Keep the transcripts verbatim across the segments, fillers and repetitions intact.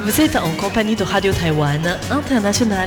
Vous êtes en compagnie de Radio Taïwan International.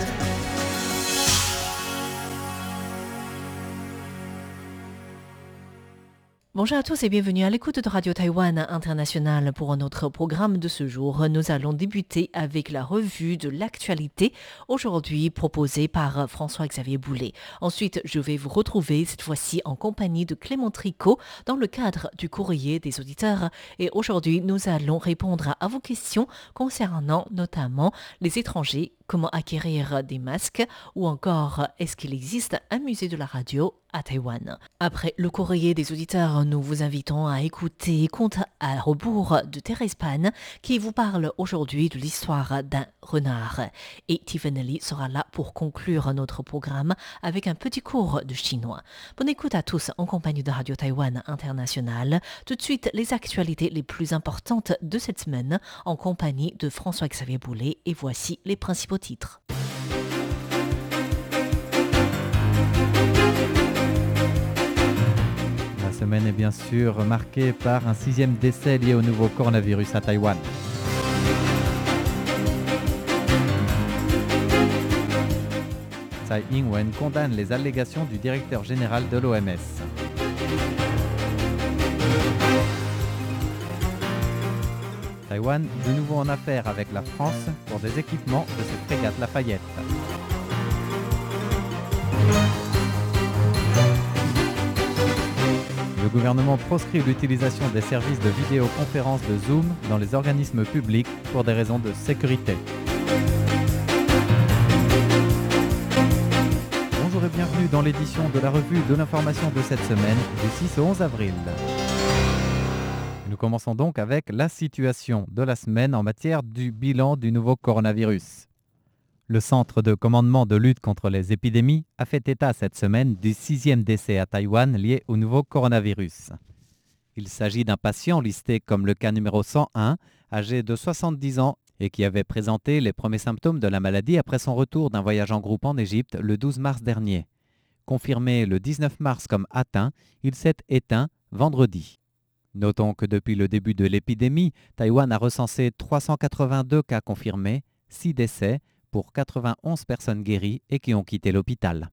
Bonjour à tous et bienvenue à l'écoute de Radio Taïwan International. Pour notre programme de ce jour, nous allons débuter avec la revue de l'actualité, aujourd'hui proposée par François-Xavier Boulet. Ensuite, je vais vous retrouver cette fois-ci en compagnie de Clément Tricot dans le cadre du courrier des auditeurs. Et aujourd'hui, nous allons répondre à vos questions concernant notamment les étrangers, comment acquérir des masques ou encore est-ce qu'il existe un musée de la radio à Taïwan. Après le courrier des auditeurs, nous vous invitons à écouter Conte à rebours de Thérèse Pan qui vous parle aujourd'hui de l'histoire d'un renard. Et Tiffany Lee sera là pour conclure notre programme avec un petit cours de chinois. Bonne écoute à tous en compagnie de Radio Taïwan International. Tout de suite, les actualités les plus importantes de cette semaine en compagnie de François-Xavier Boulet et voici les principaux titres. La semaine est bien sûr marquée par un sixième décès lié au nouveau coronavirus à Taïwan. Tsai Ing-wen condamne les allégations du directeur général de l'O M S. Taïwan de nouveau en affaire avec la France pour des équipements de cette frégate Lafayette. Le gouvernement proscrit l'utilisation des services de vidéoconférence de Zoom dans les organismes publics pour des raisons de sécurité. Bonjour et bienvenue dans l'édition de la revue de l'information de cette semaine du six au onze avril. Nous commençons donc avec la situation de la semaine en matière du bilan du nouveau coronavirus. Le Centre de commandement de lutte contre les épidémies a fait état cette semaine du sixième décès à Taïwan lié au nouveau coronavirus. Il s'agit d'un patient listé comme le cas numéro cent un, âgé de soixante-dix ans et qui avait présenté les premiers symptômes de la maladie après son retour d'un voyage en groupe en Égypte le douze mars dernier. Confirmé le dix-neuf mars comme atteint, il s'est éteint vendredi. Notons que depuis le début de l'épidémie, Taïwan a recensé trois cent quatre-vingt-deux cas confirmés, six décès pour quatre-vingt-onze personnes guéries et qui ont quitté l'hôpital.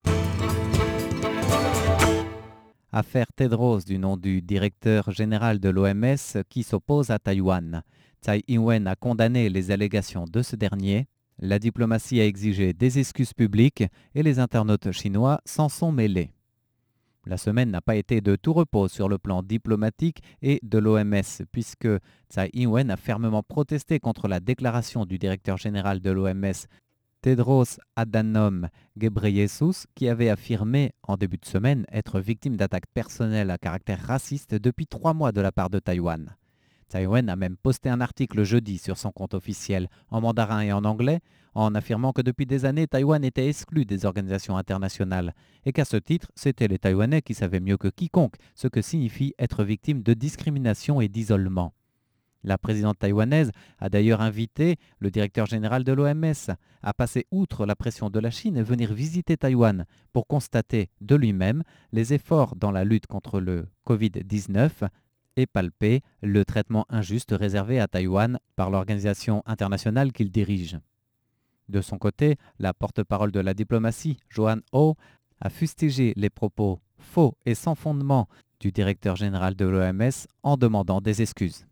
Affaire Tedros du nom du directeur général de l'O M S qui s'oppose à Taïwan. Tsai Ing-wen a condamné les allégations de ce dernier. La diplomatie a exigé des excuses publiques et les internautes chinois s'en sont mêlés. La semaine n'a pas été de tout repos sur le plan diplomatique et de l'O M S, puisque Tsai Ing-wen a fermement protesté contre la déclaration du directeur général de l'O M S, Tedros Adhanom Ghebreyesus, qui avait affirmé en début de semaine être victime d'attaques personnelles à caractère raciste depuis trois mois de la part de Taïwan. Tsai Ing-wen a même posté un article jeudi sur son compte officiel en mandarin et en anglais, en affirmant que depuis des années, Taïwan était exclu des organisations internationales et qu'à ce titre, c'étaient les Taïwanais qui savaient mieux que quiconque ce que signifie être victime de discrimination et d'isolement. La présidente taïwanaise a d'ailleurs invité le directeur général de l'O M S à passer outre la pression de la Chine et venir visiter Taïwan pour constater de lui-même les efforts dans la lutte contre le covid dix-neuf et palper le traitement injuste réservé à Taïwan par l'organisation internationale qu'il dirige. De son côté, la porte-parole de la diplomatie, Joanne Ho, a fustigé les propos faux et sans fondement du directeur général de l'O M S en demandant des excuses.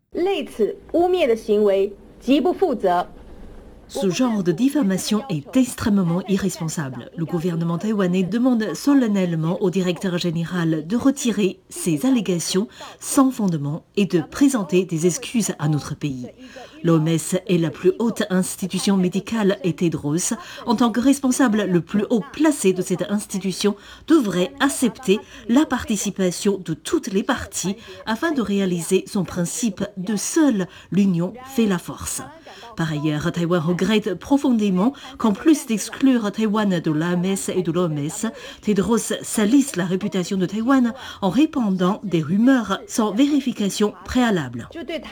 Ce genre de diffamation est extrêmement irresponsable. Le gouvernement taïwanais demande solennellement au directeur général de retirer ces allégations sans fondement et de présenter des excuses à notre pays. L'O M S est la plus haute institution médicale et Tedros, en tant que responsable le plus haut placé de cette institution, devrait accepter la participation de toutes les parties afin de réaliser son principe de seule l'union fait la force. Par ailleurs, Taïwan regrette profondément qu'en plus d'exclure Taïwan de l'A M S et de l'O M S, Tedros salisse la réputation de Taïwan en répandant des rumeurs sans vérification préalable.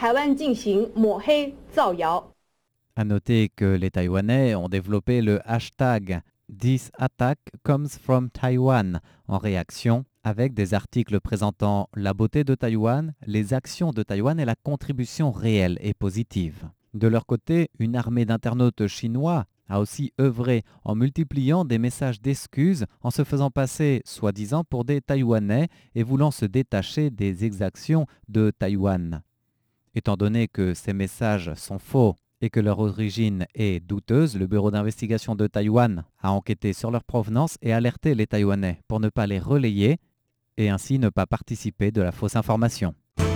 À noter que les Taïwanais ont développé le hashtag This attack comes from Taiwan en réaction avec des articles présentant la beauté de Taïwan, les actions de Taïwan et la contribution réelle et positive. De leur côté, une armée d'internautes chinois a aussi œuvré en multipliant des messages d'excuses en se faisant passer, soi-disant, pour des Taïwanais et voulant se détacher des exactions de Taïwan. Étant donné que ces messages sont faux et que leur origine est douteuse, le bureau d'investigation de Taïwan a enquêté sur leur provenance et alerté les Taïwanais pour ne pas les relayer et ainsi ne pas participer de la fausse information.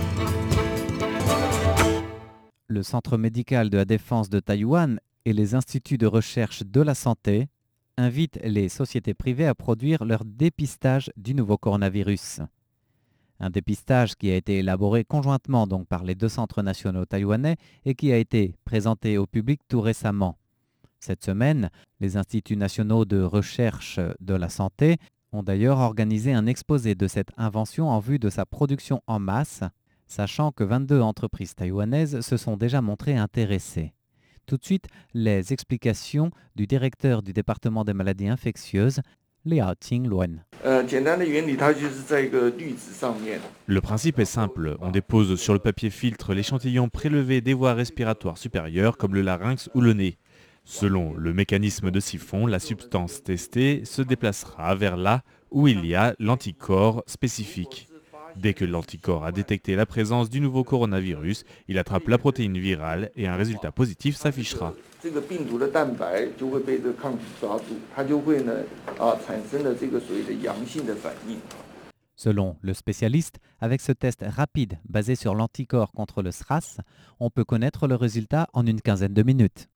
Le Centre médical de la défense de Taïwan et les instituts de recherche de la santé invitent les sociétés privées à produire leur dépistage du nouveau coronavirus. Un dépistage qui a été élaboré conjointement donc par les deux centres nationaux taïwanais et qui a été présenté au public tout récemment. Cette semaine, les instituts nationaux de recherche de la santé ont d'ailleurs organisé un exposé de cette invention en vue de sa production en masse, sachant que vingt-deux entreprises taïwanaises se sont déjà montrées intéressées. Tout de suite, les explications du directeur du département des maladies infectieuses, Liao Qingluan. Le principe est simple. On dépose sur le papier filtre l'échantillon prélevé des voies respiratoires supérieures comme le larynx ou le nez. Selon le mécanisme de siphon, la substance testée se déplacera vers là où il y a l'anticorps spécifique. Dès que l'anticorps a détecté la présence du nouveau coronavirus, il attrape la protéine virale et un résultat positif s'affichera. Selon le spécialiste, avec ce test rapide basé sur l'anticorps contre le SRAS, on peut connaître le résultat en une quinzaine de minutes.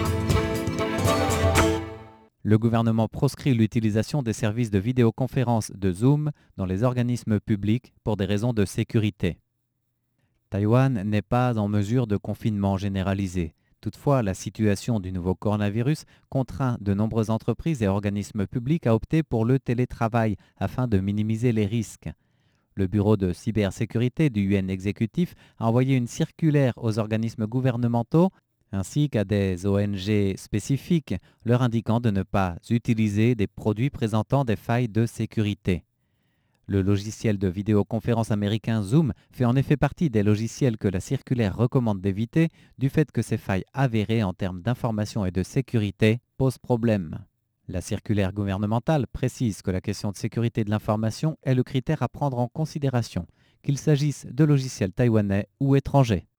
Le gouvernement proscrit l'utilisation des services de vidéoconférence de Zoom dans les organismes publics pour des raisons de sécurité. Taïwan n'est pas en mesure de confinement généralisé. Toutefois, la situation du nouveau coronavirus contraint de nombreuses entreprises et organismes publics à opter pour le télétravail afin de minimiser les risques. Le bureau de cybersécurité du Yuan exécutif a envoyé une circulaire aux organismes gouvernementaux ainsi qu'à des O N G spécifiques, leur indiquant de ne pas utiliser des produits présentant des failles de sécurité. Le logiciel de vidéoconférence américain Zoom fait en effet partie des logiciels que la circulaire recommande d'éviter du fait que ces failles avérées en termes d'information et de sécurité posent problème. La circulaire gouvernementale précise que la question de sécurité de l'information est le critère à prendre en considération, qu'il s'agisse de logiciels taïwanais ou étrangers.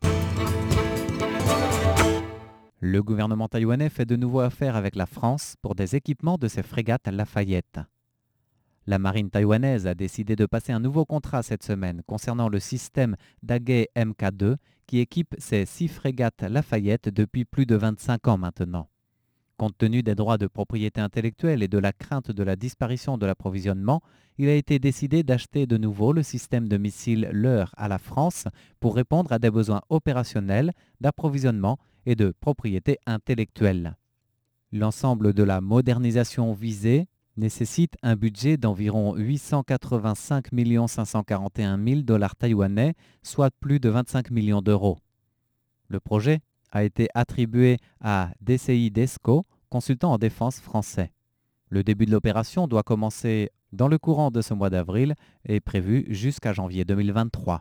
Le gouvernement taïwanais fait de nouveau affaire avec la France pour des équipements de ses frégates Lafayette. La marine taïwanaise a décidé de passer un nouveau contrat cette semaine concernant le système Daguet M K deux qui équipe ses six frégates Lafayette depuis plus de vingt-cinq ans maintenant. Compte tenu des droits de propriété intellectuelle et de la crainte de la disparition de l'approvisionnement, il a été décidé d'acheter de nouveau le système de missiles Leur à la France pour répondre à des besoins opérationnels, d'approvisionnement et de propriété intellectuelle. L'ensemble de la modernisation visée nécessite un budget d'environ huit cent quatre-vingt-cinq millions cinq cent quarante et un mille dollars taïwanais, soit plus de vingt-cinq millions d'euros. Le projet a été attribué à D C I Desco, consultant en défense français. Le début de l'opération doit commencer dans le courant de ce mois d'avril et est prévu jusqu'à janvier deux mille vingt-trois.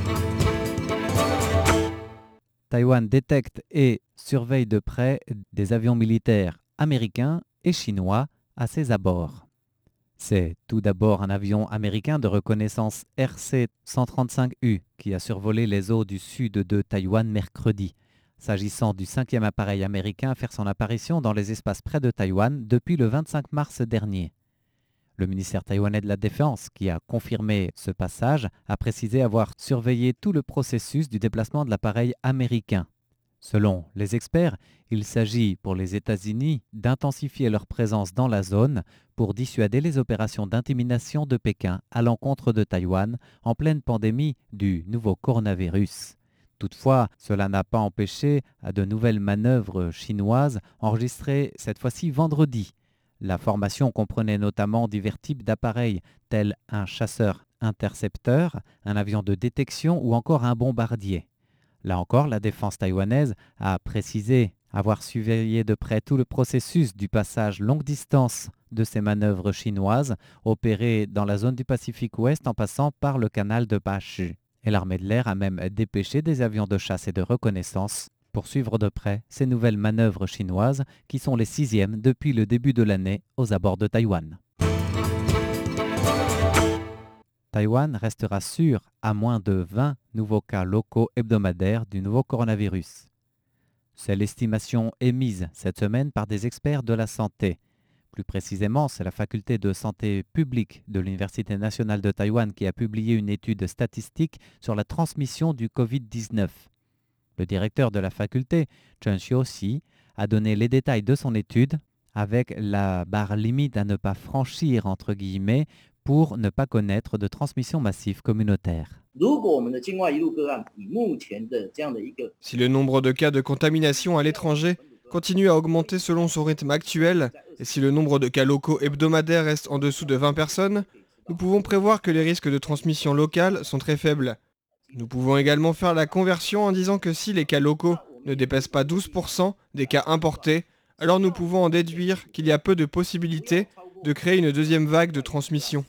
Taïwan détecte et surveille de près des avions militaires américains et chinois à ses abords. C'est tout d'abord un avion américain de reconnaissance R C cent trente-cinq U qui a survolé les eaux du sud de Taïwan mercredi, s'agissant du cinquième appareil américain à faire son apparition dans les espaces près de Taïwan depuis le vingt-cinq mars dernier. Le ministère taïwanais de la Défense, qui a confirmé ce passage, a précisé avoir surveillé tout le processus du déplacement de l'appareil américain. Selon les experts, il s'agit pour les États-Unis d'intensifier leur présence dans la zone pour dissuader les opérations d'intimidation de Pékin à l'encontre de Taïwan en pleine pandémie du nouveau coronavirus. Toutefois, cela n'a pas empêché à de nouvelles manœuvres chinoises enregistrées cette fois-ci vendredi. La formation comprenait notamment divers types d'appareils tels un chasseur-intercepteur, un avion de détection ou encore un bombardier. Là encore, la défense taïwanaise a précisé avoir surveillé de près tout le processus du passage longue distance de ces manœuvres chinoises opérées dans la zone du Pacifique Ouest en passant par le canal de Bachu. Et l'armée de l'air a même dépêché des avions de chasse et de reconnaissance pour suivre de près ces nouvelles manœuvres chinoises qui sont les sixièmes depuis le début de l'année aux abords de Taïwan. Taïwan restera sûr à moins de vingt nouveaux cas locaux hebdomadaires du nouveau coronavirus. C'est l'estimation émise cette semaine par des experts de la santé. Plus précisément, c'est la faculté de santé publique de l'Université nationale de Taïwan qui a publié une étude statistique sur la transmission du covid dix-neuf. Le directeur de la faculté, Chen Xiuxi, a donné les détails de son étude avec la barre limite à ne pas franchir, entre guillemets, pour ne pas connaître de transmission massive communautaire. Si le nombre de cas de contamination à l'étranger continue à augmenter selon son rythme actuel, et si le nombre de cas locaux hebdomadaires reste en dessous de vingt personnes, nous pouvons prévoir que les risques de transmission locale sont très faibles. Nous pouvons également faire la conversion en disant que si les cas locaux ne dépassent pas douze pour cent des cas importés, alors nous pouvons en déduire qu'il y a peu de possibilités de créer une deuxième vague de transmission.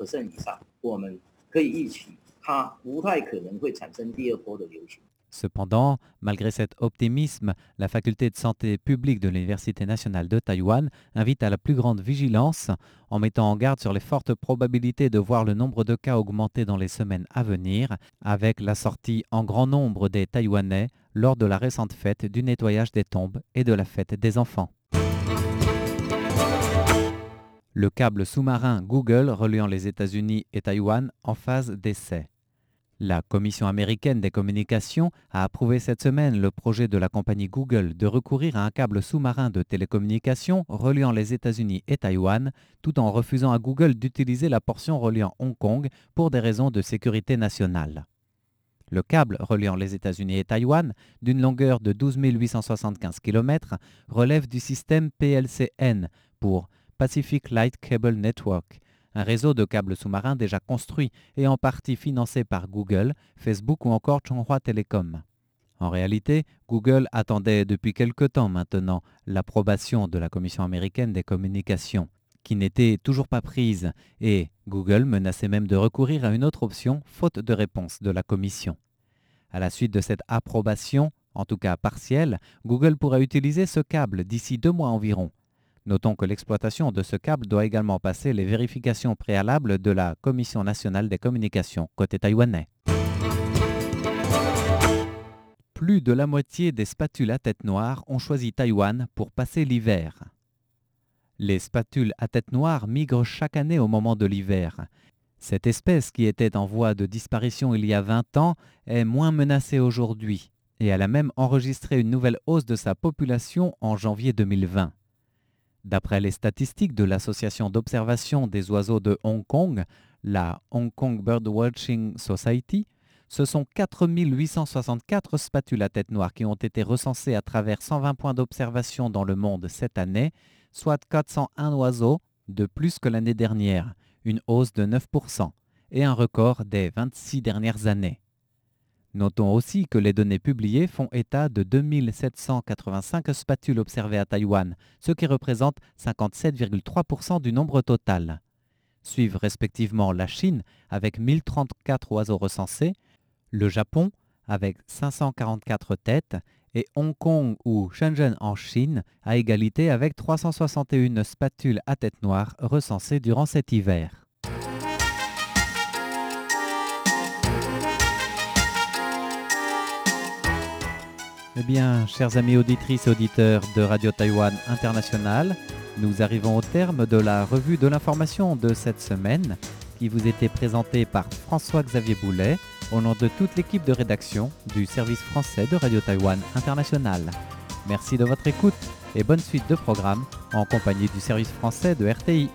Cependant, malgré cet optimisme, la faculté de santé publique de l'Université nationale de Taïwan invite à la plus grande vigilance en mettant en garde sur les fortes probabilités de voir le nombre de cas augmenter dans les semaines à venir, avec la sortie en grand nombre des Taïwanais lors de la récente fête du nettoyage des tombes et de la fête des enfants. Le câble sous-marin Google reliant les États-Unis et Taïwan en phase d'essai. La Commission américaine des communications a approuvé cette semaine le projet de la compagnie Google de recourir à un câble sous-marin de télécommunications reliant les États-Unis et Taïwan, tout en refusant à Google d'utiliser la portion reliant Hong Kong pour des raisons de sécurité nationale. Le câble reliant les États-Unis et Taïwan, d'une longueur de douze mille huit cent soixante-quinze kilomètres, relève du système P L C N pour Pacific Light Cable Network, un réseau de câbles sous-marins déjà construit et en partie financé par Google, Facebook ou encore Chunghwa Telecom. En réalité, Google attendait depuis quelque temps maintenant l'approbation de la Commission américaine des communications, qui n'était toujours pas prise, et Google menaçait même de recourir à une autre option, faute de réponse de la Commission. À la suite de cette approbation, en tout cas partielle, Google pourra utiliser ce câble d'ici deux mois environ. Notons que l'exploitation de ce câble doit également passer les vérifications préalables de la Commission nationale des communications côté taïwanais. Plus de la moitié des spatules à tête noire ont choisi Taïwan pour passer l'hiver. Les spatules à tête noire migrent chaque année au moment de l'hiver. Cette espèce, qui était en voie de disparition il y a vingt ans, est moins menacée aujourd'hui et elle a même enregistré une nouvelle hausse de sa population en janvier deux mille vingt. D'après les statistiques de l'Association d'observation des oiseaux de Hong Kong, la Hong Kong Birdwatching Society, ce sont quatre mille huit cent soixante-quatre spatules à tête noire qui ont été recensées à travers cent vingt points d'observation dans le monde cette année, soit quatre cent un oiseaux de plus que l'année dernière, une hausse de neuf pour cent, et un record des vingt-six dernières années. Notons aussi que les données publiées font état de deux mille sept cent quatre-vingt-cinq spatules observées à Taïwan, ce qui représente cinquante-sept virgule trois pour cent du nombre total. Suivent respectivement la Chine avec mille trente-quatre oiseaux recensés, le Japon avec cinq cent quarante-quatre têtes et Hong Kong ou Shenzhen en Chine à égalité avec trois cent soixante et un spatules à tête noire recensées durant cet hiver. Eh bien, chers amis auditrices et auditeurs de Radio Taïwan International, nous arrivons au terme de la revue de l'information de cette semaine qui vous était présentée par François-Xavier Boulet au nom de toute l'équipe de rédaction du service français de Radio Taïwan International. Merci de votre écoute et bonne suite de programme en compagnie du service français de R T I.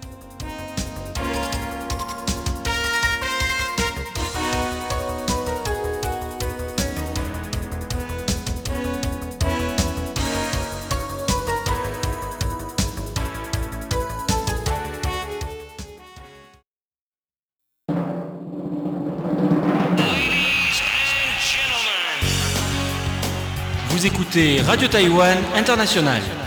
Vous écoutez Radio Taïwan International.